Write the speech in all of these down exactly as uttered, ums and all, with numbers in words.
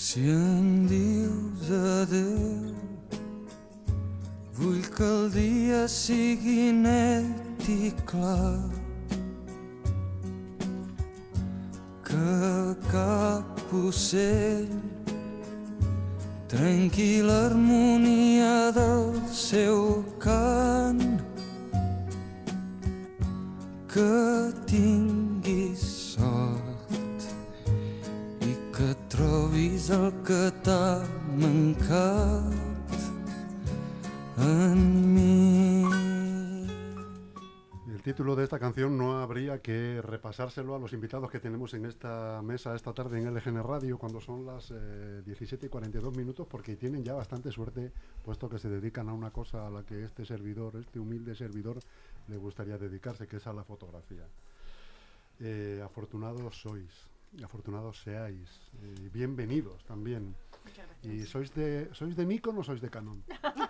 Si em dius adeu, vull que el dia sigui net i clar, que cap ocell trenqui l'harmonia del seu cant, que tinguis sort i que trobis el que t'ha mancat en mi. El título de esta canción no habría que repasárselo a los invitados que tenemos en esta mesa esta tarde en L G N Radio cuando son las eh, diecisiete y cuarenta y dos minutos, porque tienen ya bastante suerte, puesto que se dedican a una cosa a la que este servidor, este humilde servidor, le gustaría dedicarse, que es a la fotografía. Eh, afortunados sois, afortunados seáis, eh, bienvenidos también. ¿Y sois de sois de Nikon o sois de Canon?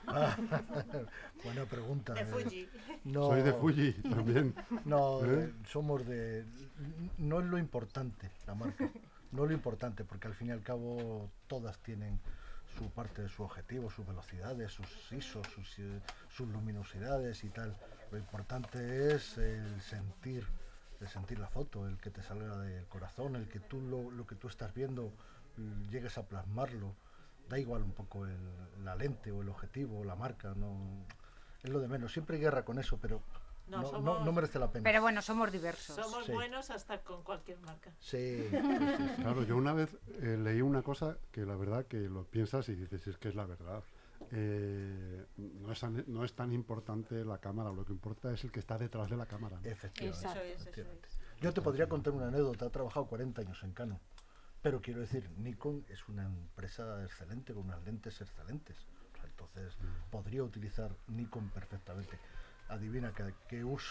Buena pregunta. De Fuji. No, Sois de Fuji también. No, ¿Eh? eh, somos de... No es lo importante la marca, no es lo importante, porque al fin y al cabo todas tienen su parte de su objetivo, sus velocidades, sus I S O, sus, eh, sus luminosidades y tal. Lo importante es el sentir, el sentir la foto, el que te salga del corazón, el que tú lo, lo que tú estás viendo llegues a plasmarlo. Da igual un poco el, la lente o el objetivo o la marca, no es lo de menos. Siempre hay guerra con eso, pero No, no, somos- no, no merece la pena. Pero bueno, somos diversos. Somos Sí. buenos hasta con cualquier marca. Sí, sí, sí, sí. Claro, yo una vez eh, leí una cosa que la verdad que lo piensas y dices, es que es la verdad. Eh, no, es tan, no es tan importante la cámara, lo que importa es el que está detrás de la cámara, ¿no? Efectivamente, Eso es, eso efectivamente. es. Yo te podría contar una anécdota. He trabajado cuarenta años en Canon, pero quiero decir, Nikon es una empresa excelente con unas lentes excelentes. O sea, entonces podría utilizar Nikon perfectamente. Adivina qué, qué uso.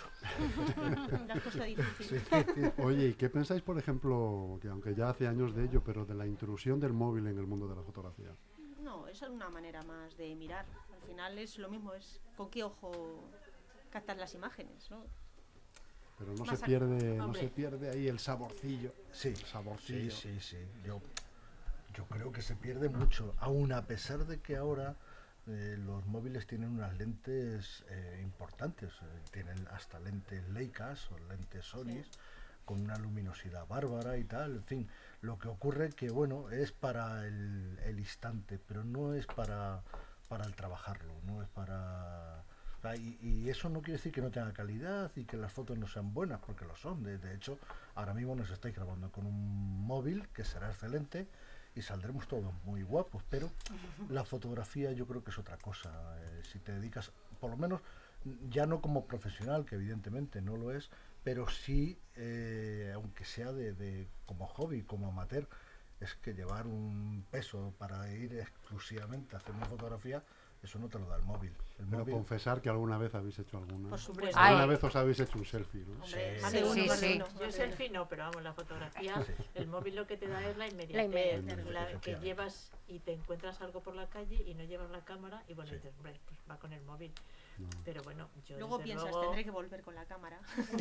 La cosa difícil. Sí. Oye, ¿y qué pensáis, por ejemplo, que aunque ya hace años de ello, pero de la intrusión del móvil en el mundo de la fotografía? No, esa es una manera más de mirar. Al final es lo mismo, es con qué ojo captas las imágenes, ¿no? Pero no Más se a- pierde, no hombre. se pierde ahí el saborcillo. Sí, El saborcillo. sí, sí, sí. Yo, yo creo que se pierde mucho, aun a pesar de que ahora eh, los móviles tienen unas lentes eh, importantes. eh, tienen hasta lentes Leicas o lentes Sony con una luminosidad bárbara y tal. En fin, lo que ocurre que, bueno, es para el, el instante, pero no es para, para el trabajarlo, no es para... o sea, Y, y eso no quiere decir que no tenga calidad y que las fotos no sean buenas, porque lo son. De, de hecho, ahora mismo nos estáis grabando con un móvil que será excelente y saldremos todos muy guapos, pero la fotografía yo creo que es otra cosa. Eh, si te dedicas, por lo menos, ya no como profesional, que evidentemente no lo es, pero sí, eh, aunque sea de, de como hobby, como amateur, es que llevar un peso para ir exclusivamente a hacer una fotografía, eso no te lo da el móvil. El Pero móvil confesar que alguna vez habéis hecho alguna. Por supuesto. Alguna Ay. vez os habéis hecho un selfie, ¿no? Hombre, Sí. más Sí, de uno, sí, más de sí. uno. Más Yo de selfie no, pero vamos, la fotografía, Sí. el móvil lo que te da es la inmediatez, La inmediatez, la- que efectivamente. llevas y te encuentras algo por la calle y no llevas la cámara y bueno, Sí. dices, hombre, pues va con el móvil. No. Pero bueno, yo Luego desde piensas, luego- tendré que volver con la cámara.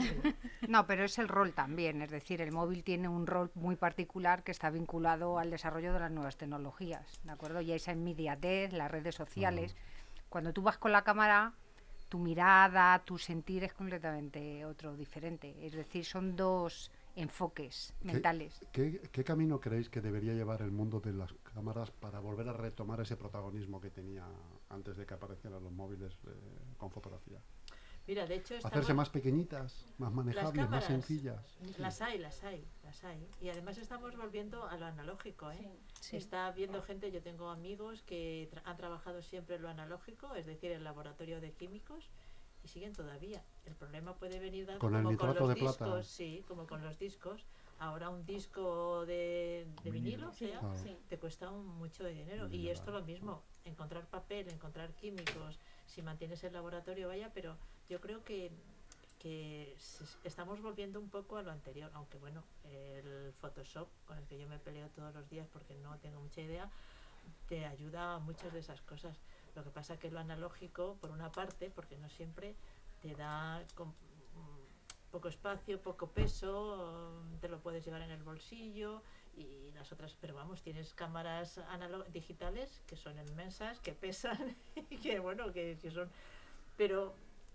No, pero es el rol también, es decir, el móvil tiene un rol muy particular que está vinculado al desarrollo de las nuevas tecnologías, ¿de acuerdo? Y esa inmediatez, las redes sociales. Cuando tú vas con la cámara, tu mirada, tu sentir es completamente otro, diferente. Es decir, son dos enfoques ¿Qué- mentales. ¿Qué, qué camino creéis que debería llevar el mundo de las cámaras para volver a retomar ese protagonismo que tenía antes de que aparecieran los móviles eh, con fotografía? Mira, de hecho, Hacerse estamos- más pequeñitas, más manejables, más cámaras, sencillas. Las hay, las hay, las hay. Y además estamos volviendo a lo analógico, ¿eh? Sí. Está viendo gente, yo tengo amigos que tra- han trabajado siempre en lo analógico, es decir, en el laboratorio de químicos, y siguen todavía. El problema puede venir dado Con el como nitrato con de los plata. discos, sí, como con los discos. Ahora un disco de, de vinilo, Sí, sea, Ah. sí. te cuesta un mucho de dinero. Y Ya. esto lo mismo, encontrar papel, encontrar químicos, si mantienes el laboratorio, vaya, pero yo creo que que s- estamos volviendo un poco a lo anterior, aunque bueno, el Photoshop, con el que yo me peleo todos los días porque no tengo mucha idea, te ayuda a muchas de esas cosas. Lo que pasa que lo analógico, por una parte, porque no siempre te da com- mm, poco espacio, poco peso, te lo puedes llevar en el bolsillo y las otras, pero vamos, tienes cámaras analo- digitales que son inmensas, que pesan, y que bueno, que, que son, pero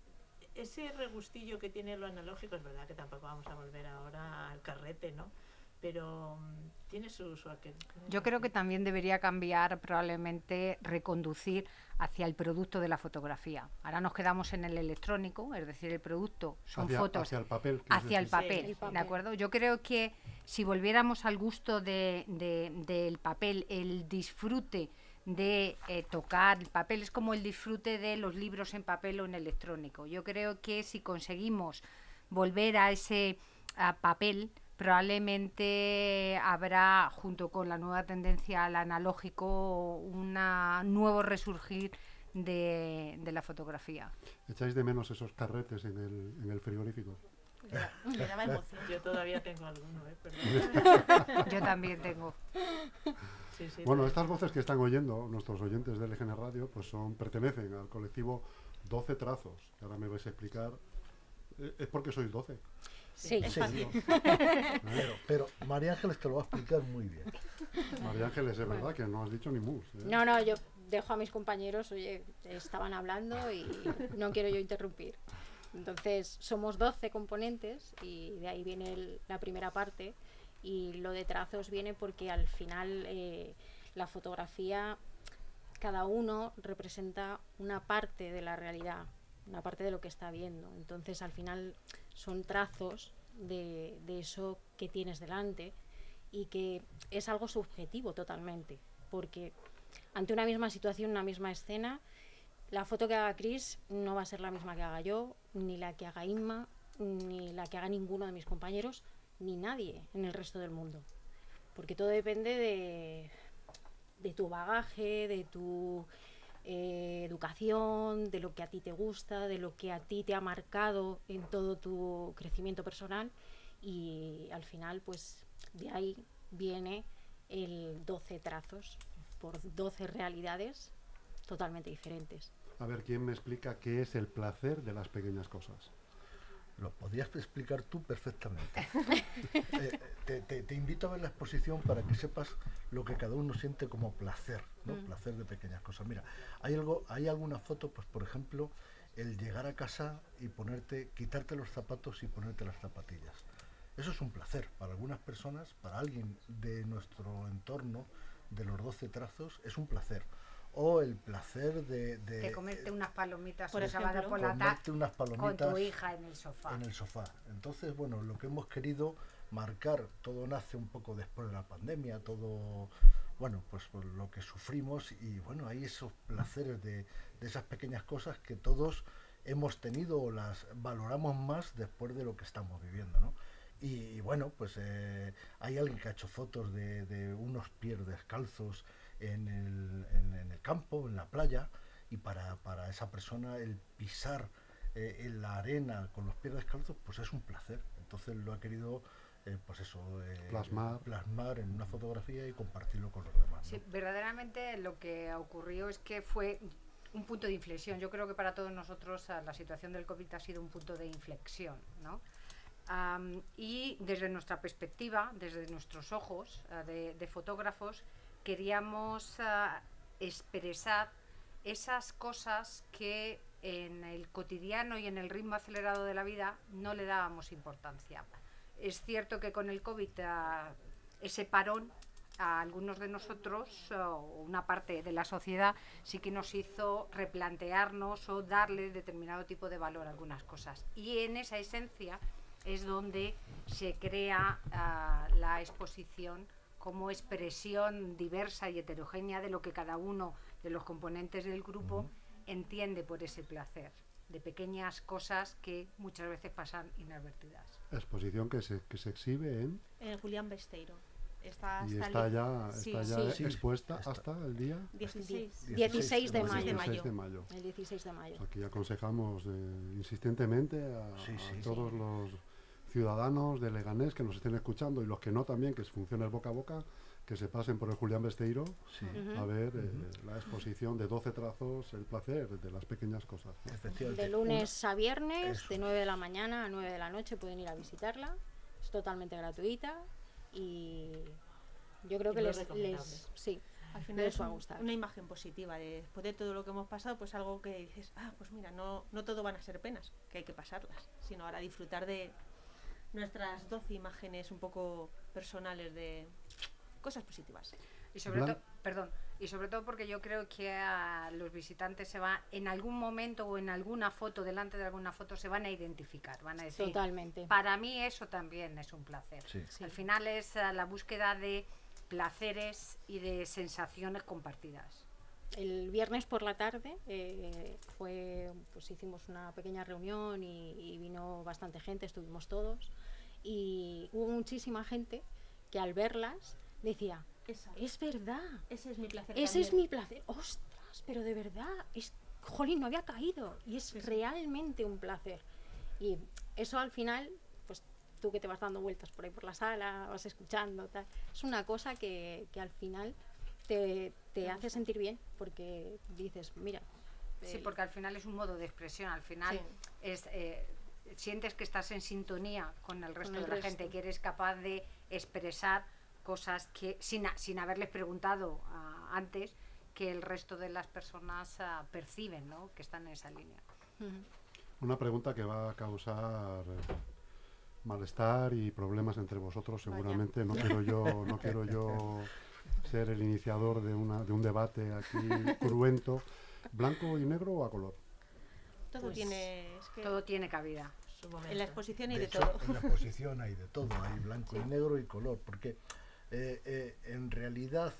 ese regustillo que tiene lo analógico, es verdad que tampoco vamos a volver ahora al carrete, ¿no? Pero um, tiene su, su aquel. Yo creo que también debería cambiar, probablemente reconducir hacia el producto de la fotografía. Ahora nos quedamos en el electrónico, es decir, el producto son hacia, fotos hacia el papel. ¿quieres hacia el decir? papel, Sí, el ¿de papel. acuerdo? Yo creo que si volviéramos al gusto de, de- del papel, el disfrute de eh, tocar el papel es como el disfrute de los libros en papel o en electrónico. Yo creo que si conseguimos volver a ese a papel, probablemente habrá, junto con la nueva tendencia al analógico, un nuevo resurgir de, de la fotografía. ¿Echáis de menos esos carretes en el, en el frigorífico? Le daba emoción. Yo todavía tengo alguno, ¿eh? Perdón. Yo también tengo. Sí, sí, Bueno, estas voces que están oyendo nuestros oyentes de L G N Radio pues son pertenecen al colectivo doce Trazos, que ahora me vais a explicar. Eh, ¿Es porque sois doce? Sí. Es Sí, fácil. Pero, pero María Ángeles te lo va a explicar muy bien. María Ángeles, es verdad que no has dicho ni mus. ¿eh? No, no, yo dejo a mis compañeros, oye, estaban hablando y no quiero yo interrumpir. Entonces, somos doce componentes y de ahí viene el- la primera parte, y lo de trazos viene porque al final eh, la fotografía, cada uno representa una parte de la realidad, una parte de lo que está viendo. Entonces, al final son trazos de, de eso que tienes delante, y que es algo subjetivo totalmente, porque ante una misma situación, una misma escena, la foto que haga Chris no va a ser la misma que haga yo, ni la que haga Inma, ni la que haga ninguno de mis compañeros, ni nadie en el resto del mundo. Porque todo depende de, de tu bagaje, de tu eh, educación, de lo que a ti te gusta, de lo que a ti te ha marcado en todo tu crecimiento personal, y al final, pues de ahí viene el doce trazos por doce realidades totalmente diferentes. A ver, ¿quién me explica qué es el placer de las pequeñas cosas? Lo podías explicar tú perfectamente. Eh, te, te- te invito a ver la exposición para que sepas lo que cada uno siente como placer, ¿no? Mm. Placer de pequeñas cosas. Mira, hay algo, hay alguna foto, pues por ejemplo, el llegar a casa y ponerte, quitarte los zapatos y ponerte las zapatillas. Eso es un placer para algunas personas, para alguien de nuestro entorno, de los doce trazos, es un placer. O el placer de, de, De comerte unas palomitas Por un sábado ejemplo, por la tarde comerte unas con palomitas tu hija en el sofá. en el sofá. Entonces, bueno, lo que hemos querido marcar, todo nace un poco después de la pandemia, todo, bueno, pues por lo que sufrimos, y bueno, hay esos placeres de, de esas pequeñas cosas que todos hemos tenido o las valoramos más después de lo que estamos viviendo, ¿no? Y, y bueno, pues eh, hay alguien que ha hecho fotos de, de unos pies descalzos en el, en, en el campo, en la playa, y para, para esa persona el pisar eh, en la arena con los pies descalzos, pues es un placer. Entonces lo ha querido, eh, pues eso, eh, Plasmar. plasmar en una fotografía y compartirlo con los demás, ¿no? Sí, verdaderamente lo que ocurrió es que fue un punto de inflexión. Yo creo que para todos nosotros ah, la situación del COVID ha sido un punto de inflexión, ¿no? Am, y desde nuestra perspectiva, desde nuestros ojos ah, de, de fotógrafos, queríamos ah, expresar esas cosas que en el cotidiano y en el ritmo acelerado de la vida no le dábamos importancia. Es cierto que con el COVID ah, ese parón a algunos de nosotros, o una parte de la sociedad, sí que nos hizo replantearnos o darle determinado tipo de valor a algunas cosas. Y en esa esencia es donde se crea uh, la exposición como expresión diversa y heterogénea de lo que cada uno de los componentes del grupo uh-huh. entiende por ese placer, de pequeñas cosas que muchas veces pasan inadvertidas. Exposición que se, que se exhibe en... En Julián Besteiro. Está y hasta está el... ya, sí, está ya sí. expuesta Está. hasta el día dieciséis. dieciséis de mayo. dieciséis de mayo. El dieciséis de mayo. Aquí aconsejamos eh, insistentemente a, Sí, sí, a todos sí. los ciudadanos de Leganés que nos estén escuchando, y los que no también, que funcione el boca a boca, que se pasen por el Julián Besteiro Sí, Ujú. a ver eh, Ujú. la exposición de doce trazos, el placer de las pequeñas cosas, ¿no? efectivamente. De lunes a viernes, Eso de es. nueve de la mañana a nueve de la noche pueden ir a visitarla. Es totalmente gratuita y Yo creo Y que muy les, recomendable. les sí, Al final les es va a un- gustar. una imagen positiva de después de todo lo que hemos pasado, pues algo que dices, ah, pues mira, no, no todo van a ser penas, que hay que pasarlas, sino ahora disfrutar de nuestras doce imágenes un poco personales de cosas positivas. Y sobre Blan- todo, perdón, y sobre todo porque yo creo que a los visitantes se va, en algún momento o en alguna foto, delante de alguna foto, se van a identificar, van a decir, Totalmente. para mí eso también es un placer. Sí. Sí. Al final es eh, la búsqueda de placeres y de sensaciones compartidas. El viernes por la tarde eh, fue, pues hicimos una pequeña reunión y, y vino bastante gente, estuvimos todos y hubo muchísima gente que al verlas decía, Esa, es verdad, ese es mi placer. ese es también. mi placer, ostras, pero de verdad, es, jolín, no había caído y es Sí, sí. realmente un placer. Y eso al final, pues tú que te vas dando vueltas por ahí por la sala, vas escuchando, tal, es una cosa que, que al final te, te hace sentir bien porque dices, mira, Sí, eh, porque al final es un modo de expresión, al final Sí. es eh, sientes que estás en sintonía con el resto el de la resto. gente, que eres capaz de expresar cosas que sin, a- sin haberles preguntado ah, antes, que el resto de las personas ah, perciben, ¿no? Que están en esa línea. ujú. Una pregunta que va a causar eh, malestar y problemas entre vosotros seguramente. No quiero yo, no quiero yo ser el iniciador de una de un debate aquí cruento. ¿Blanco y negro o a color? Todo Pues, tiene, es que Todo tiene cabida. Su momento. en la exposición hay De de, hecho, todo. en la exposición hay de todo, hay blanco y negro y color, porque eh, eh, en realidad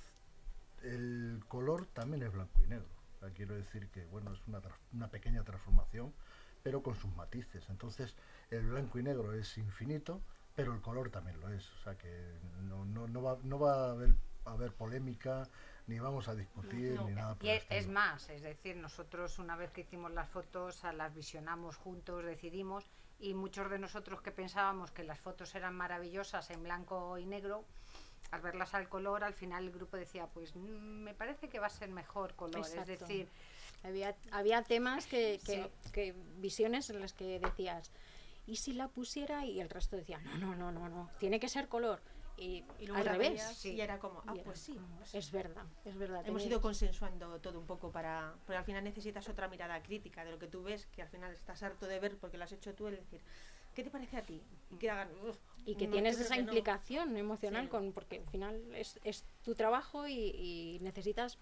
el color también es blanco y negro. O sea, quiero decir que bueno, es una, tra- una pequeña transformación, pero con sus matices. Entonces, el blanco y negro es infinito, pero el color también lo es. O sea que no, no, no, va, no va a haber, a haber polémica, ni vamos a discutir, No. ni nada por Y el es, es estilo. más, es decir, nosotros una vez que hicimos las fotos, ah, las visionamos juntos, decidimos, y muchos de nosotros que pensábamos que las fotos eran maravillosas en blanco y negro, al verlas al color, al final el grupo decía, pues mm, me parece que va a ser mejor color. Exacto. Es decir, Había, había temas que, que, Sí. que- visiones en las que decías, ¿y si la pusiera? Y el resto decía, no, no, no, no, no, tiene que ser color. Y, Y luego al la revés. veías sí. y era como, ah, Y era pues sí. como, pues es verdad, es verdad. Hemos tenéis- ido consensuando todo un poco para... Porque al final necesitas otra mirada crítica de lo que tú ves, que al final estás harto de ver porque lo has hecho tú, el decir, ¿qué te parece a ti? Y que hagan... "Uf, Y que no, tienes yo creo esa que no". implicación emocional Sí. con porque al final es, es tu trabajo y, y necesitas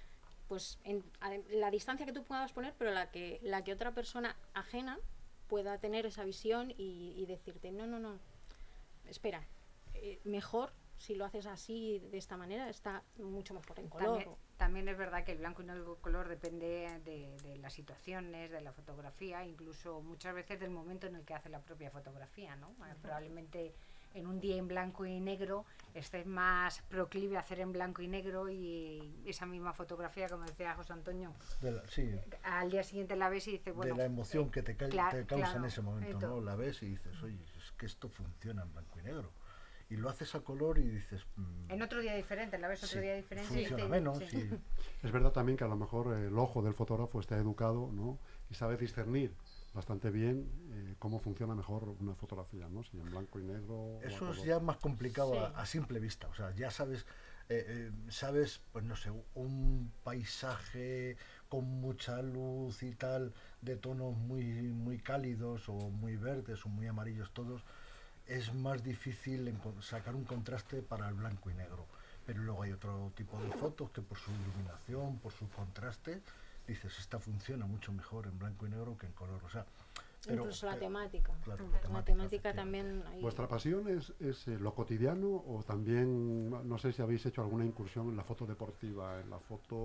pues en, a- la distancia que tú puedas poner, pero la que la que otra persona ajena pueda tener esa visión y, y decirte, no, no, no, espera, eh, mejor si lo haces así, de esta manera, está mucho mejor en color. también, también es verdad que el blanco y negro color depende de, de las situaciones, de la fotografía, incluso muchas veces del momento en el que hace la propia fotografía, ¿no? Eh, Probablemente en un día en blanco y negro estés más proclive a hacer en blanco y negro y esa misma fotografía, como decía José Antonio, De la- sí, al día siguiente la ves y dices, bueno, de la emoción que te, ca- cla- te causa claro, en ese momento, ¿no? entonces- La ves y dices, oye, es que esto funciona en blanco y negro. Y lo haces a color y dices... mm, en otro día diferente, la ves otro sí, día diferente. y funciona dices, menos. sí. y- Es verdad también que a lo mejor el ojo del fotógrafo está educado, ¿no? Y sabe discernir bastante bien eh, cómo funciona mejor una fotografía, ¿no? Si en blanco y negro o a Eso es color. ya más complicado a, Sí. a simple vista. O sea, ya sabes, eh, eh, sabes, pues no sé, un paisaje con mucha luz y tal, de tonos muy, muy cálidos o muy verdes o muy amarillos todos, es más difícil encon- sacar un contraste para el blanco y negro. Pero luego hay otro tipo de fotos que por su iluminación, por su contraste, dices, esta funciona mucho mejor en blanco y negro que en color. O sea, pero- Incluso la pero- temática. claro, la temática, temática efectivamente. también hay- ¿Vuestra pasión es, es, eh, lo cotidiano o también, no- no sé si habéis hecho alguna incursión en la foto deportiva, en la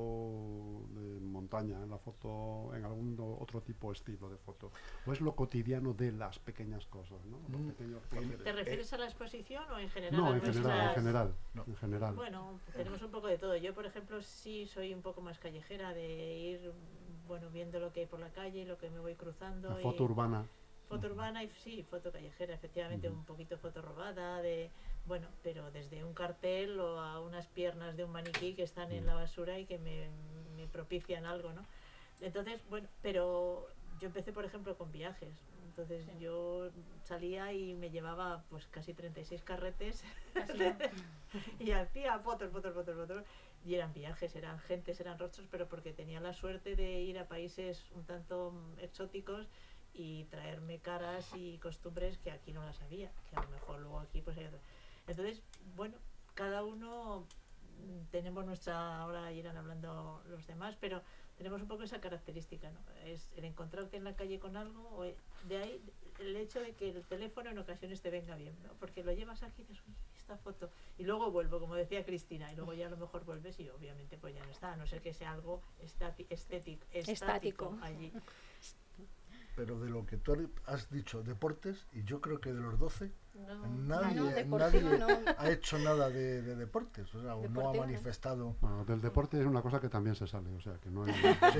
foto de montaña, en la foto, en algún o- otro tipo de estilo de foto? ¿O es lo cotidiano de las pequeñas cosas, ¿no? Los Mm, pequeños ¿Te placeres? refieres a la exposición o en general? No, a en general, en nuestras- general, No. en general. Bueno, tenemos un poco de todo. Yo, por ejemplo, sí soy un poco más callejera de ir, bueno, viendo lo que hay por la calle, lo que me voy cruzando. La y- foto urbana. Foto urbana y sí, foto callejera, efectivamente, Ujú. un poquito foto robada, de, bueno, pero desde un cartel o a unas piernas de un maniquí que están en Mm. la basura y que me, me propician algo, ¿no? Entonces, bueno, pero yo empecé, por ejemplo, con viajes. Entonces sí. yo salía y me llevaba pues casi treinta y seis carretes y hacía fotos, fotos, fotos, fotos. Y eran viajes, eran gentes, eran rostros, pero porque tenía la suerte de ir a países un tanto exóticos y traerme caras y costumbres que aquí no las había, que a lo mejor luego aquí pues hay otras. Entonces, bueno, cada uno tenemos nuestra, ahora irán hablando los demás, pero tenemos un poco esa característica, ¿no? Es el encontrarte en la calle con algo, o de ahí el hecho de que el teléfono en ocasiones te venga bien, ¿no? Porque lo llevas aquí y dices, uy, esta foto, y luego vuelvo, como decía Cristina, y luego ya a lo mejor vuelves y obviamente pues ya no está, a no ser que sea algo estati estético, estático, estático allí. Pero de lo que tú has dicho, deportes, y yo creo que de los doce, No. nadie, No, no, nadie deportivo no. ha hecho nada de, de deportes, o sea, o no ha Deportivo no. manifestado. Bueno, del deporte es una cosa que también se sale, o sea, que no hay...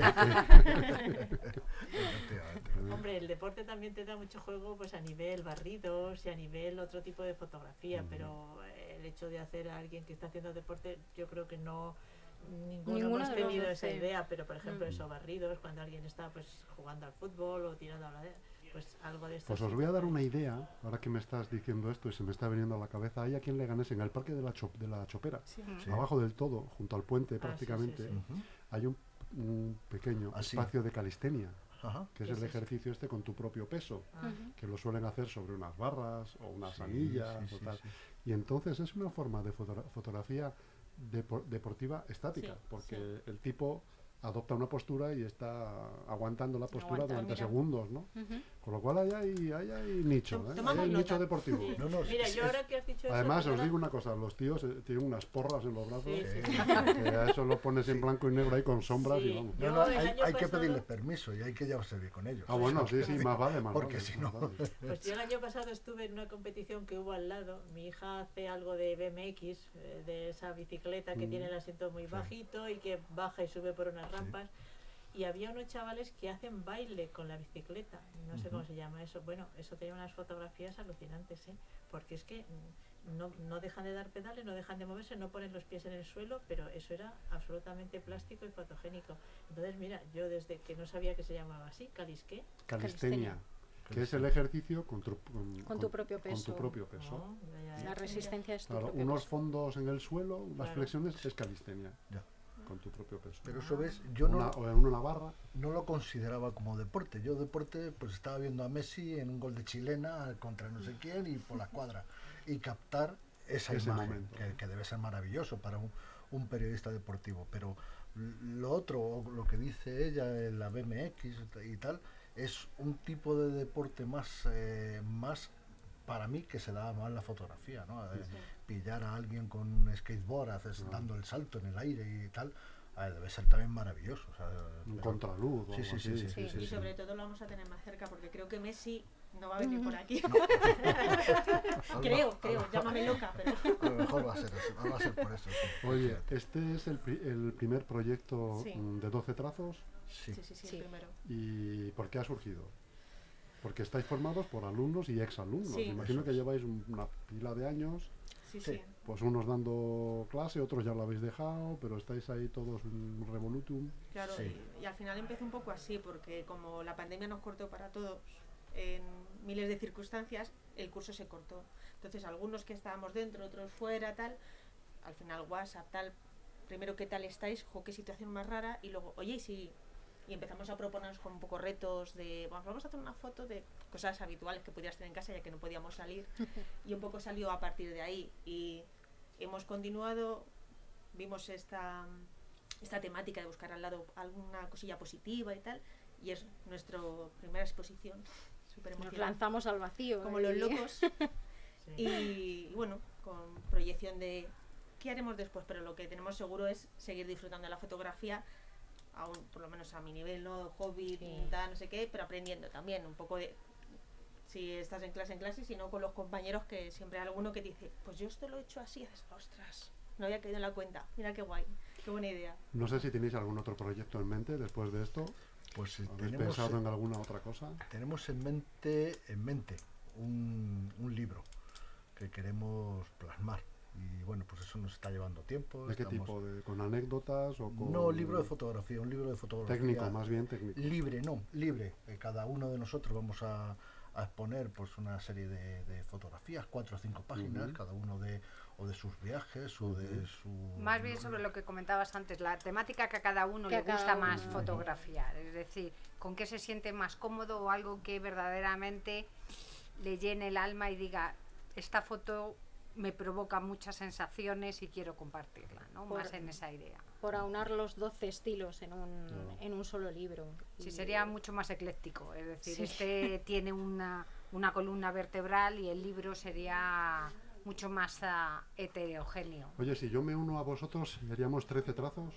Efectivamente. Hombre, el deporte también te da mucho juego pues a nivel barridos y a nivel otro tipo de fotografía, Mm. pero el hecho de hacer a alguien que está haciendo deporte, yo creo que no ninguno, Ninguno hemos de los tenido doce. esa idea, pero por ejemplo Mm. eso, barridos, cuando alguien está pues jugando al fútbol o tirando a la de, pues algo de esto. Pues os voy a dar una idea, ahora que me estás diciendo esto y se me está viniendo a la cabeza. Hay aquí en Leganés, en el parque de la, Chop- de la Chopera, Sí. Sí. abajo del todo, junto al puente Ah, sí, prácticamente, sí, sí. Ujú. hay un, un pequeño Ah, sí. espacio de calistenia, Ajá. que es ¿Qué el es eso? ejercicio este con tu propio peso, Ah, Ujú. que lo suelen hacer sobre unas barras o unas Sí, anillas sí, o sí, tal. sí. Y entonces es una forma de fotogra- fotografía depor- deportiva estática, Sí, porque sí. el tipo adopta una postura y está aguantando la postura Aguanta, durante mira. segundos, ¿no? Ujú. Con lo cual ahí hay, ahí hay nicho, Tom- ¿eh? tomamos Hay nota. nicho deportivo. sí. No, no, Mira, es- yo es- ahora que has dicho eso, Además, pues os ahora- digo una cosa, los tíos eh, tienen unas porras en los brazos, Sí, sí, Sí. sí. que a eso lo pones en blanco y negro ahí con sombras Sí. y vamos. No, Yo no, el hay, año hay que pasado- pedirles permiso y hay que llevarse bien con ellos. Ah, bueno, sí, sí, más vale, más Porque vale, si más no- vale. Pues yo el año pasado estuve en una competición que hubo al lado. Mi hija hace algo de B M X, eh, de esa bicicleta que Mm. tiene el asiento muy Sí. bajito y que baja y sube por unas Sí. rampas. Y había unos chavales que hacen baile con la bicicleta. No sé Ujú. cómo se llama eso. Bueno, eso tenía unas fotografías alucinantes, ¿eh? Porque es que mm, no, no dejan de dar pedales, no dejan de moverse, no ponen los pies en el suelo, pero eso era absolutamente plástico y fotogénico. Entonces, mira, yo desde que no sabía que se llamaba así, ¿calisqué? Calistenia, que es el ejercicio con tu, con, Con tu propio con tu peso. propio peso. No, ya, ya, La ya. resistencia es tu Claro, propio unos peso. fondos en el suelo, unas Claro. flexiones, es calistenia, Ya. con tu propio peso. Pero eso ves, yo una, no, o en una barra. no lo consideraba como deporte. Yo deporte, pues estaba viendo a Messi en un gol de chilena contra no sé quién y por la cuadra. Y captar esa Ese imagen, momento, que, ¿no? que debe ser maravilloso para un, un periodista deportivo. Pero l- lo otro, o lo que dice ella, eh, la B M X y tal, es un tipo de deporte más, eh, más para mí que se da más la fotografía, ¿no? Eh, pillar a alguien con un skateboard, haces, Ah. dando el salto en el aire y tal, eh, debe ser también maravilloso. O sea, Un pero- contraluz o Sí, algo sí, sí, así. sí, Sí. Y sí. sobre todo lo vamos a tener más cerca porque creo que Messi no va a venir por aquí. A lo creo, mejor- creo, llámame loca, pero A lo mejor va a ser, así, va a ser por eso. sí. Oye, Fíjate. este es el, pri- el primer proyecto Sí. mm, de doce trazos. Sí. sí, sí, sí, Sí. el primero. ¿Y por qué ha surgido? Porque estáis formados por alumnos y exalumnos. Sí. Imagino Eso que es. lleváis un- una pila de años, Sí, Sí. sí. pues unos dando clase, otros ya lo habéis dejado, pero estáis ahí todos en revolutum. Claro, Sí. y, y al final empezó un poco así, porque como la pandemia nos cortó para todos en miles de circunstancias, el curso se cortó. Entonces, algunos que estábamos dentro, otros fuera, tal, al final WhatsApp, tal, primero, ¿qué tal estáis? Jo, qué situación más rara, y luego, oye, y si... Y empezamos a proponernos con un poco retos de, bueno, vamos a hacer una foto de cosas habituales que pudieras tener en casa ya que no podíamos salir. Y un poco salió a partir de ahí. Y hemos continuado, vimos esta, esta temática de buscar al lado alguna cosilla positiva y tal. Y es nuestra primera exposición. Súper Nos emocionante. lanzamos al vacío. Como y- los locos. Sí. Y bueno, con proyección de qué haremos después, pero lo que tenemos seguro es seguir disfrutando de la fotografía, aún por lo menos a mi nivel, ¿no? Hobby, Sí. tal, no sé qué, pero aprendiendo también un poco de si estás en clase en clase, sino con los compañeros que siempre hay alguno que te dice, pues yo esto lo he hecho así, y dices, ostras, no había caído en la cuenta, mira qué guay, qué buena idea. No sé si tenéis algún otro proyecto en mente después de esto. Pues eh, ¿Habéis tenemos, pensado eh, en alguna otra cosa? tenemos en mente, en mente un, un libro que queremos plasmar. Y bueno, pues eso nos está llevando tiempo. ¿De qué estamos- tipo? De, ¿Con anécdotas o con...? No, libro de fotografía, un libro de fotografía. Técnico, más bien técnico. Libre, no, libre. Eh, cada uno de nosotros vamos a, a exponer pues una serie de, de fotografías, cuatro o cinco páginas, Ujú. cada uno de o de sus viajes o de su... Más bien sobre lo que comentabas antes, la temática que a cada uno Que le a cada gusta uno. más fotografiar, es decir, con qué se siente más cómodo o algo que verdaderamente le llene el alma y diga, esta foto me provoca muchas sensaciones y quiero compartirla, ¿no? Por- Más en esa idea. Por aunar los doce estilos en un, Claro. en un solo libro. Sí, Y- sería mucho más ecléctico, es decir, Sí. este tiene una, una columna vertebral y el libro sería mucho más ah, heterogéneo. Oye, si yo me uno a vosotros, ¿seríamos trece trazos?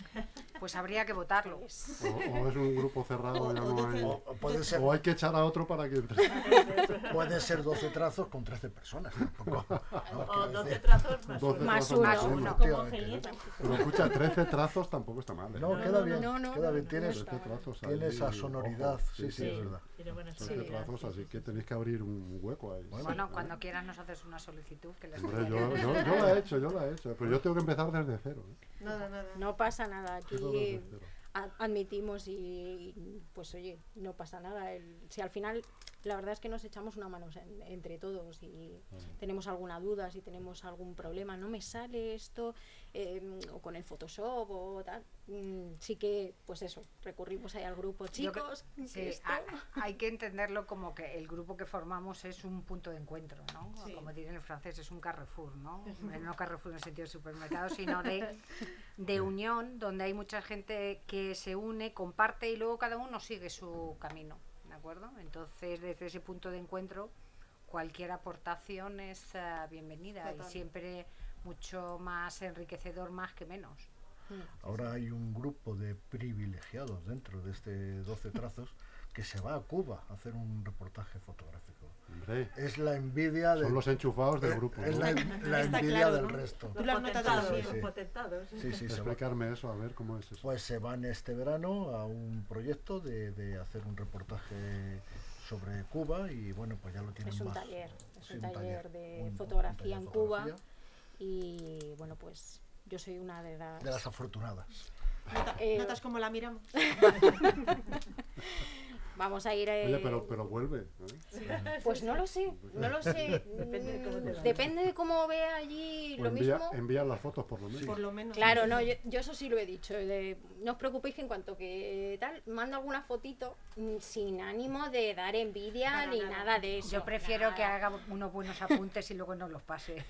Pues habría que votarlo. Pues, ¿O, o es un grupo cerrado? O- ya o no doce. hay- O, o puede ser, o hay que echar a otro para que entre. puede ser doce trazos con trece personas. Tampoco, no, O quiero doce decir- trazos más doce uno. Más trazos uno. más Como uno. Como efectivamente, Gelieta. Pero escucha, trece trazos tampoco está mal. ¿eh? No, No, queda no, bien, no, no, queda no, bien. no Tienes, está. trece trazos tiene ahí, esa sonoridad, ojo, sí, sí, Sí, es verdad. tiene buena trece sonoridad, trazos, sí, así sí, que sí. tenéis que abrir un hueco ahí. Bueno, cuando quieras nos haces una solicitud que les Hombre, enviaré. yo, yo, yo la he hecho, yo la he hecho, pero yo tengo que empezar desde cero. ¿eh? Nada, nada. no pasa nada. Aquí Empiezo desde cero. a- admitimos y, y, pues oye, no pasa nada. El- si al final la verdad es que nos echamos una mano en- entre todos y tenemos alguna duda, si tenemos algún problema, no me sale esto, eh, o con el Photoshop o tal, mm, sí que, pues eso, recurrimos ahí al grupo, Yo creo- chicos, que Sí, esto- ha- hay que entenderlo como que el grupo que formamos es un punto de encuentro, ¿no? Sí. Como diría en francés, es un Carrefour, ¿no? Eh, No Carrefour en el sentido de supermercado, sino de, de unión, donde hay mucha gente que se une, comparte y luego cada uno sigue su camino, ¿de acuerdo? Entonces, desde ese punto de encuentro, cualquier aportación es eh, bienvenida y Total. siempre mucho más enriquecedor más que menos. Ahora hay un grupo de privilegiados dentro de este doce trazos que se va a Cuba a hacer un reportaje fotográfico. Hombre, Es la envidia de... son los enchufados del es- grupo. es ¿no? la, la Está envidia claro, del ¿no? resto. Tú lo has notado Potentados, así, sí, sí. potentados. Sí, sí, se va- Explicarme eso, a ver cómo es eso. Pues se van este verano a un proyecto de, de hacer un reportaje sobre Cuba y bueno, pues ya lo tienen es un más. taller, es Sí, un taller de un- un fotografía taller en de Cuba fotografía y bueno, pues yo soy una de las... de las afortunadas. Nota- Eh, ¿Notas cómo la miramos? Vamos a ir... eh, Oye, pero, pero vuelve. ¿eh? Pues no lo sé, no lo sé. Depende de cómo te vaya. Depende de cómo vea allí O lo envía, mismo. envía las fotos por lo menos. Por lo menos. Claro, no, yo, yo eso sí lo he dicho. de- no os preocupéis que en cuanto que tal, mando alguna fotito mm, sin ánimo de dar envidia Para ni nada. nada de eso. Yo prefiero nada. que haga unos buenos apuntes y luego nos los pase.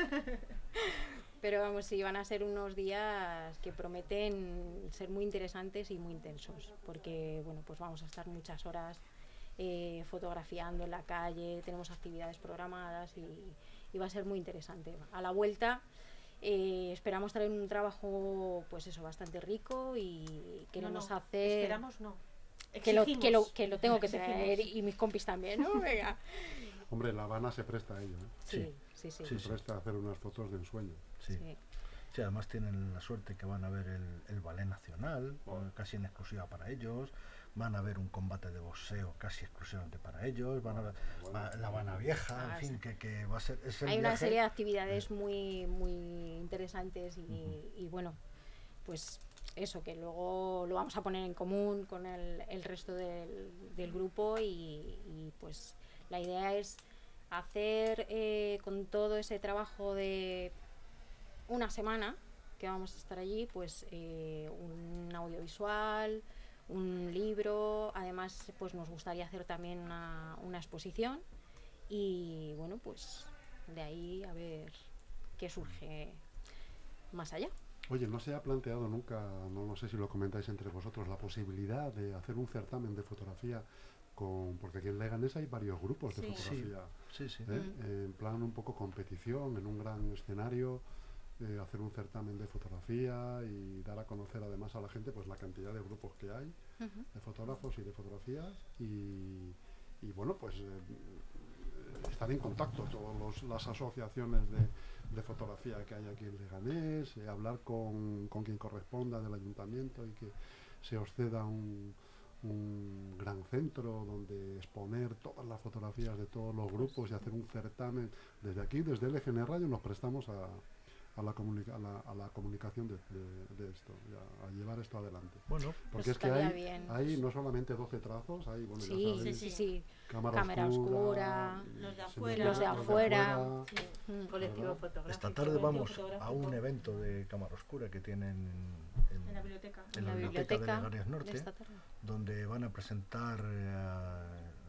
Pero vamos, sí, van a ser unos días que prometen ser muy interesantes y muy intensos. Porque, bueno, pues vamos a estar muchas horas eh, fotografiando en la calle, tenemos actividades programadas y, y va a ser muy interesante. A la vuelta eh, esperamos traer un trabajo, pues eso, bastante rico y queremos No, no, hacer... Esperamos, no. Que lo, que, lo, Exigimos. que lo tengo que Exigimos. traer y mis compis también, ¿no? Venga. Hombre, La Habana se presta a ello. ¿eh? Sí, sí, sí. Sí, Se presta a hacer unas fotos de ensueño. Sí. sí. Sí, además tienen la suerte que van a ver el, el ballet nacional, Oh. eh, casi en exclusiva para ellos. Van a ver un combate de boxeo casi exclusivamente para ellos. Van a ver va- la Habana Vieja, en Ah, fin, sí. que, que va a ser. Es el Hay una viaje- serie de actividades muy, muy interesantes y, y bueno, pues eso, que luego lo vamos a poner en común con el, el resto del, del grupo y, y, pues la idea es hacer eh, con todo ese trabajo de una semana que vamos a estar allí, pues eh, un audiovisual, un libro, además pues nos gustaría hacer también una, una exposición y bueno, pues de ahí a ver qué surge más allá. Oye, ¿no se ha planteado nunca, no, no sé si lo comentáis entre vosotros, la posibilidad de hacer un certamen de fotografía con, porque aquí en Leganés hay varios grupos de Sí. fotografía, Sí, sí. ¿eh? Eh, en plan un poco competición, en un gran escenario, eh, hacer un certamen de fotografía y dar a conocer además a la gente pues la cantidad de grupos que hay, de fotógrafos y de fotografías y, y bueno, pues eh, estar en contacto todas las asociaciones de, de fotografía que hay aquí en Leganés, eh, hablar con, con quien corresponda del ayuntamiento y que se os ceda un, un gran centro donde exponer todas las fotografías de todos los grupos y hacer un certamen. Desde aquí, desde L G N Radio, nos prestamos a, a, la, comunica a, la, a la comunicación de, de, de esto, a, a llevar esto adelante. Bueno, porque es que hay, hay no solamente doce trazos, hay, bueno, sí, ya sabéis, sí, sí, sí. cámara, cámara oscura, oscura, los de afuera, los de afuera, Sí, Mm. colectivo fotográfico. esta tarde vamos a fotográfico. un evento de cámara oscura que tienen en, En la biblioteca. en la biblioteca de Legarias de Norte, esta tarde. donde van a presentar eh,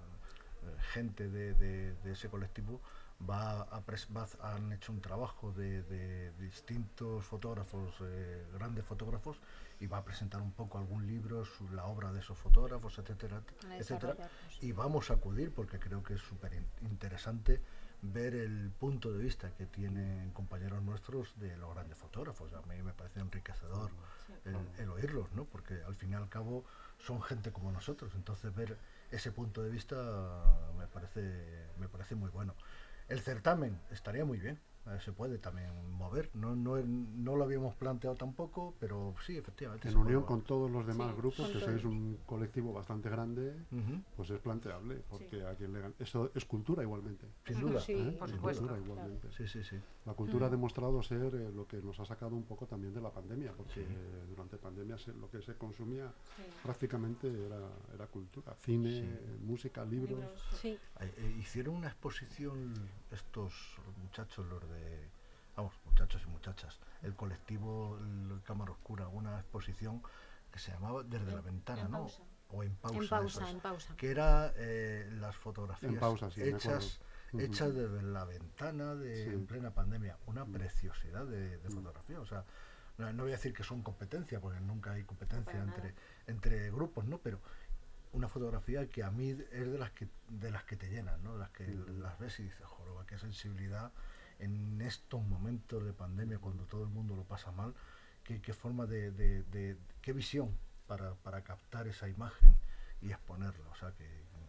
gente de, de, de ese colectivo. Va a pres va a, han hecho un trabajo de, de distintos fotógrafos, eh, grandes fotógrafos, y va a presentar un poco algún libro, su, la obra de esos fotógrafos, etcétera, Van a etcétera. desarrollarlos. Y vamos a acudir porque creo que es súper in interesante ver el punto de vista que tienen compañeros nuestros de los grandes fotógrafos. A mí me parece enriquecedor el, el oírlos, ¿no? Porque al fin y al cabo son gente como nosotros, entonces ver ese punto de vista me parece, me parece muy bueno. El certamen estaría muy bien, eh, se puede también mover, no, no, no lo habíamos planteado tampoco, pero sí, efectivamente. En se unión puede. con todos los demás Sí, grupos, con que sois todos. un colectivo bastante grande, Ujú, pues es planteable, porque Sí. a quien le gan- eso es cultura igualmente. sin duda. Sí, ¿eh? por Es supuesto. cultura igualmente. Sí, sí, sí. La cultura ha Mm. demostrado ser eh, lo que nos ha sacado un poco también de la pandemia, porque Sí. eh, durante pandemia se- lo que se consumía Sí. prácticamente era, era cultura, cine, Sí. música, libros. Libros. Sí, Eh, eh, hicieron una exposición estos muchachos, los de, vamos, muchachos y muchachas, el colectivo el Cámara Oscura, una exposición que se llamaba Desde la Ventana, en ¿no? pausa. O en pausa, en eso pausa, es. en pausa. Que era eh, las fotografías En pausa, sí, me hechas, acuerdo. hechas Ujú. desde la ventana de, Sí. en plena pandemia. Una Mm. preciosidad de, de Mm. fotografía. O sea, no, no voy a decir que son competencia, porque nunca hay competencia para entre, nada. entre grupos, ¿no? Pero una fotografía que a mí es de las que de las que te llenan, ¿no? Las que Ujú. las ves y dices, joder, qué sensibilidad en estos momentos de pandemia, cuando todo el mundo lo pasa mal, qué, qué forma de, de, de- qué visión para, para captar esa imagen y exponerla. O sea que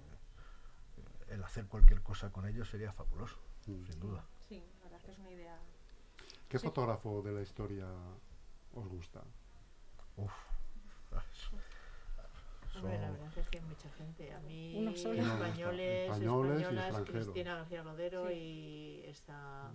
eh, el hacer cualquier cosa con ellos sería fabuloso, Mm. sin duda. Sí, la verdad es que es una idea. ¿Qué Sí. fotógrafo de la historia os gusta? Uf. Hombre, la Son- verdad es que hay mucha gente. A mí, Una sola. españoles, Españoles y españolas, extranjeros. Cristina García Lodero Sí. y esta.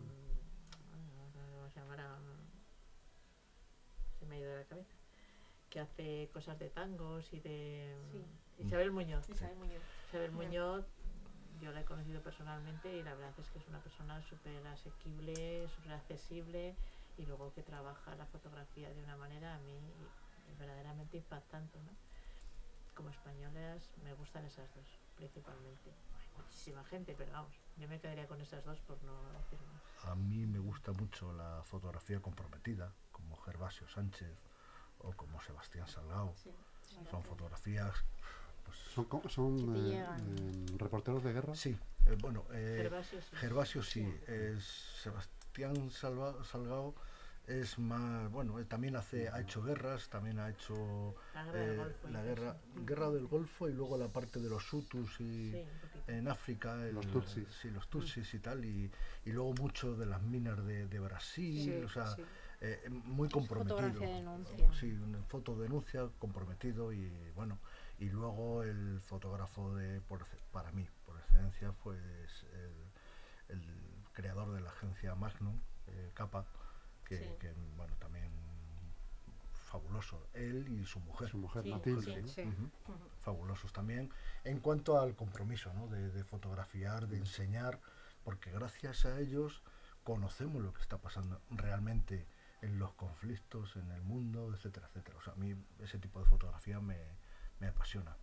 mm, ¿Cómo se llamará? Se me ha ido de la cabeza. Que hace cosas de tangos y de. Sí. Isabel Muñoz. Isabel Muñoz. Isabel Ya. Muñoz, yo la he conocido personalmente y la verdad es que es una persona súper asequible, súper accesible y luego que trabaja la fotografía de una manera a mí verdaderamente impactante, ¿no? Como españolas me gustan esas dos principalmente. Hay muchísima gente, pero vamos, yo me quedaría con esas dos por no decir más. A mí me gusta mucho la fotografía comprometida, como Gervasio Sánchez o como Sebastián Salgado. Sí. Sí. Son fotografías, pues, ¿Son, co- son Que te eh, llegan. eh, reporteros de guerra? sí, eh, bueno, eh, Gervasio sí. Gervasio sí, Sí. es Sebastián Salva- Salgado es más, bueno, él también hace, ha hecho guerras, también ha hecho La guerra del eh, Golfo. la y guerra, eso. guerra del Golfo y luego la parte de los Hutus y Sí, un poquito. en África, Los el- Tutsis. sí, los Tutsis y tal, y, y luego mucho de las minas de, de Brasil, Sí, o sea, sí. eh, muy comprometido. Fotografía de denuncia. Sí, una foto denuncia, comprometido y bueno, y luego el fotógrafo de, por ex- para mí, por excelencia, fue el, el creador de la agencia Magnum, eh, Capa, que, Sí. que, bueno, también fabuloso, él y su mujer. Su mujer, Sí, Matilde. sí, ¿no? Sí. Ujú. Ujú. Fabulosos también en cuanto al compromiso, ¿no? de, de fotografiar, de enseñar, porque gracias a ellos conocemos lo que está pasando realmente en los conflictos, en el mundo, etcétera, etcétera. O sea, a mí ese tipo de fotografía me, me apasiona.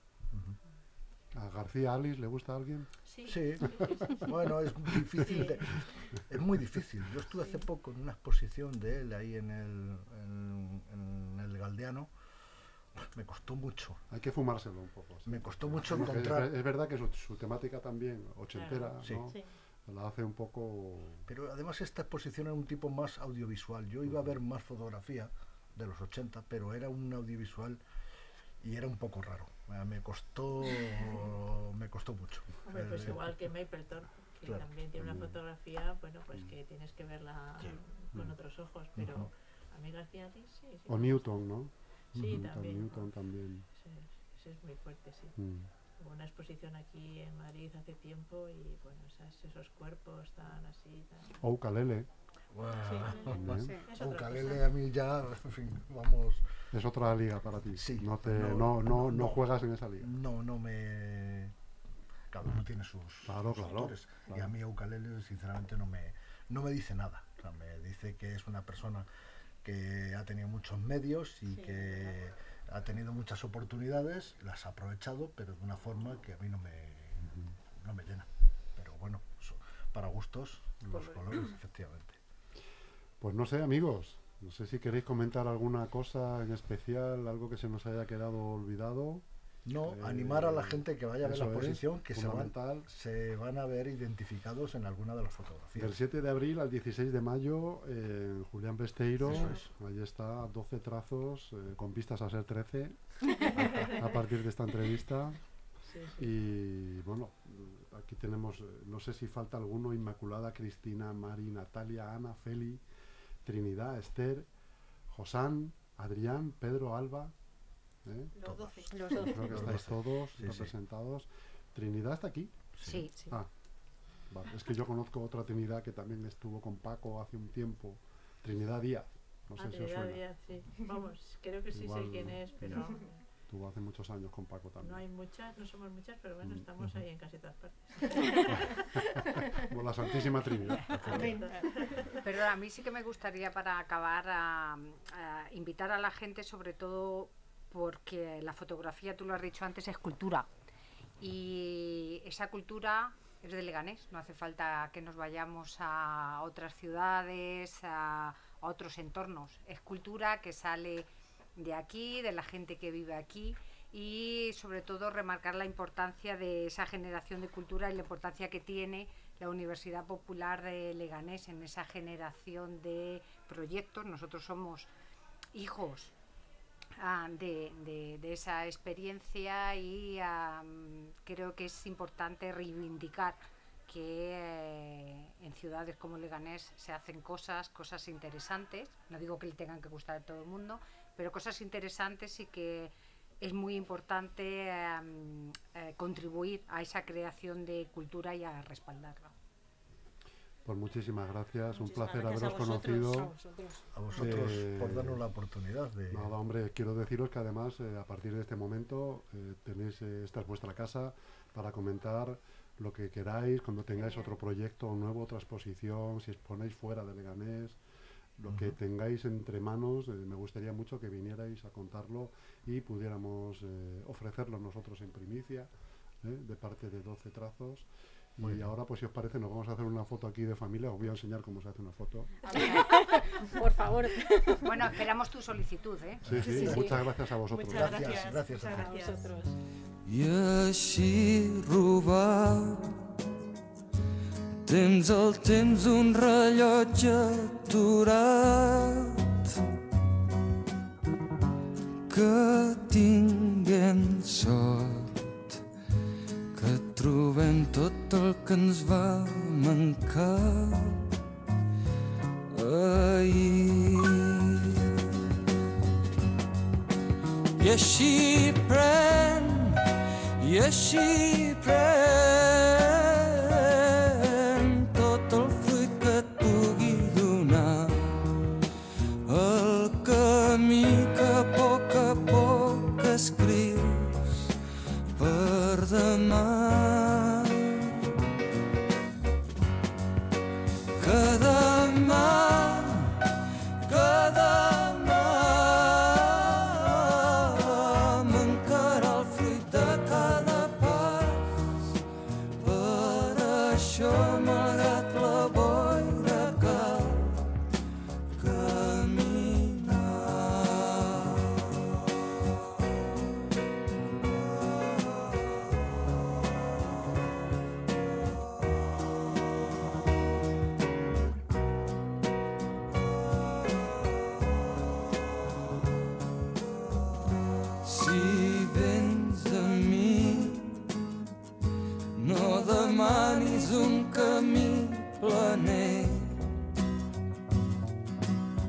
Ujú. ¿A García Alice le gusta a alguien? Sí, Sí, sí, sí, sí. bueno, es difícil, de- es muy difícil. Yo estuve hace poco en una exposición de él ahí en el, en, en el Galdeano. Me costó mucho, Hay que fumárselo un poco. sí. me costó mucho Porque es, encontrar. es verdad que su, su temática también ochentera, Claro, sí. ¿no? Sí. La hace un poco... Pero además esta exposición era un tipo más audiovisual. Yo iba a ver más fotografía de los ochenta, pero era un audiovisual y era un poco raro. Eh, Me costó, me costó mucho. Hombre, pues Eh, igual que Mapleton, que Claro, también tiene una también. fotografía, bueno, pues que tienes que verla Sí. con Mm. otros ojos, pero Ujú. a mí García Liz sí, sí. O Newton, ¿no? Sí, Ujú. también. Newton también. Sí, sí, es, es muy fuerte, sí. Mm. Hubo una exposición aquí en Madrid hace tiempo y bueno, esas, esos cuerpos tan así, tan... O ukelele. Wow. También. Sí. Es otra Ukelele cosa. a mí ya, en fin, vamos. Es otra liga para ti. Sí, no, te, no, no, no, no, no no. juegas en esa liga. No, no me. Cada uno tiene sus, Claro, sus claro, autores. Y claro. a mí ukelele, sinceramente, no me, no me dice nada. O sea, me dice que es una persona que ha tenido muchos medios y Sí, que ha tenido muchas oportunidades, las ha aprovechado, pero de una forma que a mí no me, no me llena. Pero bueno, so- para gustos, los colores, efectivamente. Pues no sé, amigos. No sé si queréis comentar alguna cosa en especial, algo que se nos haya quedado olvidado. No, Eh, animar a la gente que vaya a ver la eso es, exposición, que se van, fundamental. se van a ver identificados en alguna de las fotografías. Del siete de abril al dieciséis de mayo en Julián Besteiro. Eso es. Ahí está, doce trazos, eh, con vistas a ser trece a partir de esta entrevista. Sí, sí. Y bueno, aquí tenemos, eh, no sé si falta alguno: Inmaculada, Cristina, Mari, Natalia, Ana, Feli, Trinidad, Esther, Josán, Adrián, Pedro, Alba. ¿eh? Los doce. Los doce. Creo que Los estáis doce. todos Sí, sí. representados. Trinidad está aquí. Sí. Sí. Ah, vale. Es que yo conozco otra Trinidad que también estuvo con Paco hace un tiempo. Trinidad Díaz. No sé Ah, si os Trinidad suena. Díaz, sí. Vamos, creo que sí Igual sé quién no. es, pero Estuvo hace muchos años con Paco también. no hay muchas, no somos muchas, pero bueno, Mm, estamos ujú. ahí en casi todas partes. Como la Santísima Trinidad. Perdón, a mí sí que me gustaría para acabar a, a invitar a la gente, sobre todo porque la fotografía, tú lo has dicho antes, es cultura. Y esa cultura es de Leganés, no hace falta que nos vayamos a otras ciudades, a, a otros entornos. Es cultura que sale de aquí, de la gente que vive aquí, y sobre todo remarcar la importancia de esa generación de cultura y la importancia que tiene la Universidad Popular de Leganés en esa generación de proyectos. Nosotros somos hijos ah, de, de- de esa experiencia y ah, creo que es importante reivindicar que eh, en ciudades como Leganés se hacen cosas, cosas interesantes. No digo que le tengan que gustar a todo el mundo, pero cosas interesantes, y que es muy importante eh, eh, contribuir a esa creación de cultura y a respaldarla. Pues muchísimas gracias, un Muchísimas placer gracias a haberos vosotros. conocido. A vosotros. A vosotros Eh, por darnos la oportunidad de... Nada, hombre, quiero deciros que además eh, a partir de este momento eh, tenéis, eh, esta es vuestra casa para comentar lo que queráis, cuando tengáis Genial. otro proyecto nuevo, otra exposición, si exponéis fuera de Leganés, lo que Ujú. tengáis entre manos. Eh, me gustaría mucho que vinierais a contarlo y pudiéramos eh, ofrecerlo nosotros en primicia, ¿eh? de parte de doce trazos. Muy Y bien. ahora, pues si os parece, nos vamos a hacer una foto aquí de familia. Os voy a enseñar cómo se hace una foto. Por favor. Bueno, esperamos tu solicitud, ¿eh? Sí, sí, Sí, sí. muchas gracias a vosotros. Muchas Gracias, gracias. gracias a Muchas ti. A gracias. vosotros. I així robar tens el temps un rellotge aturat que tinguem sort que trobem tot el que ens va mancar ahir. I així pren, i així pren tot el fruit que et pugui donar el camí que a poc a poc escrius per demà. Que demà, que demà mancarà el fruit de cada pas. Per això, malgrat la boira, cal Si vens a mi, no demanis un camí planer,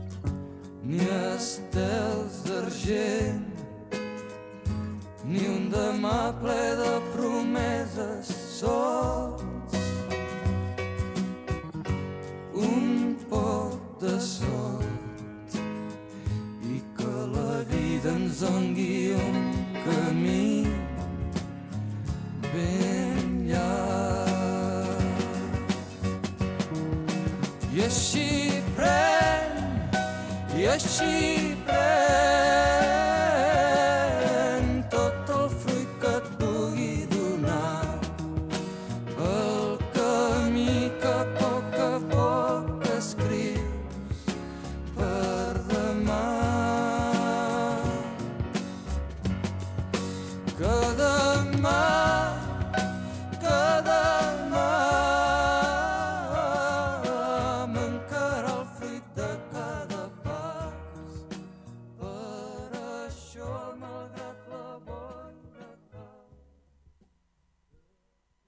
ni estels d'argent, ni un demà ple de promeses sols, un poc de sort i que la vida ens doni un camí ben llarg. I així pren, i així pren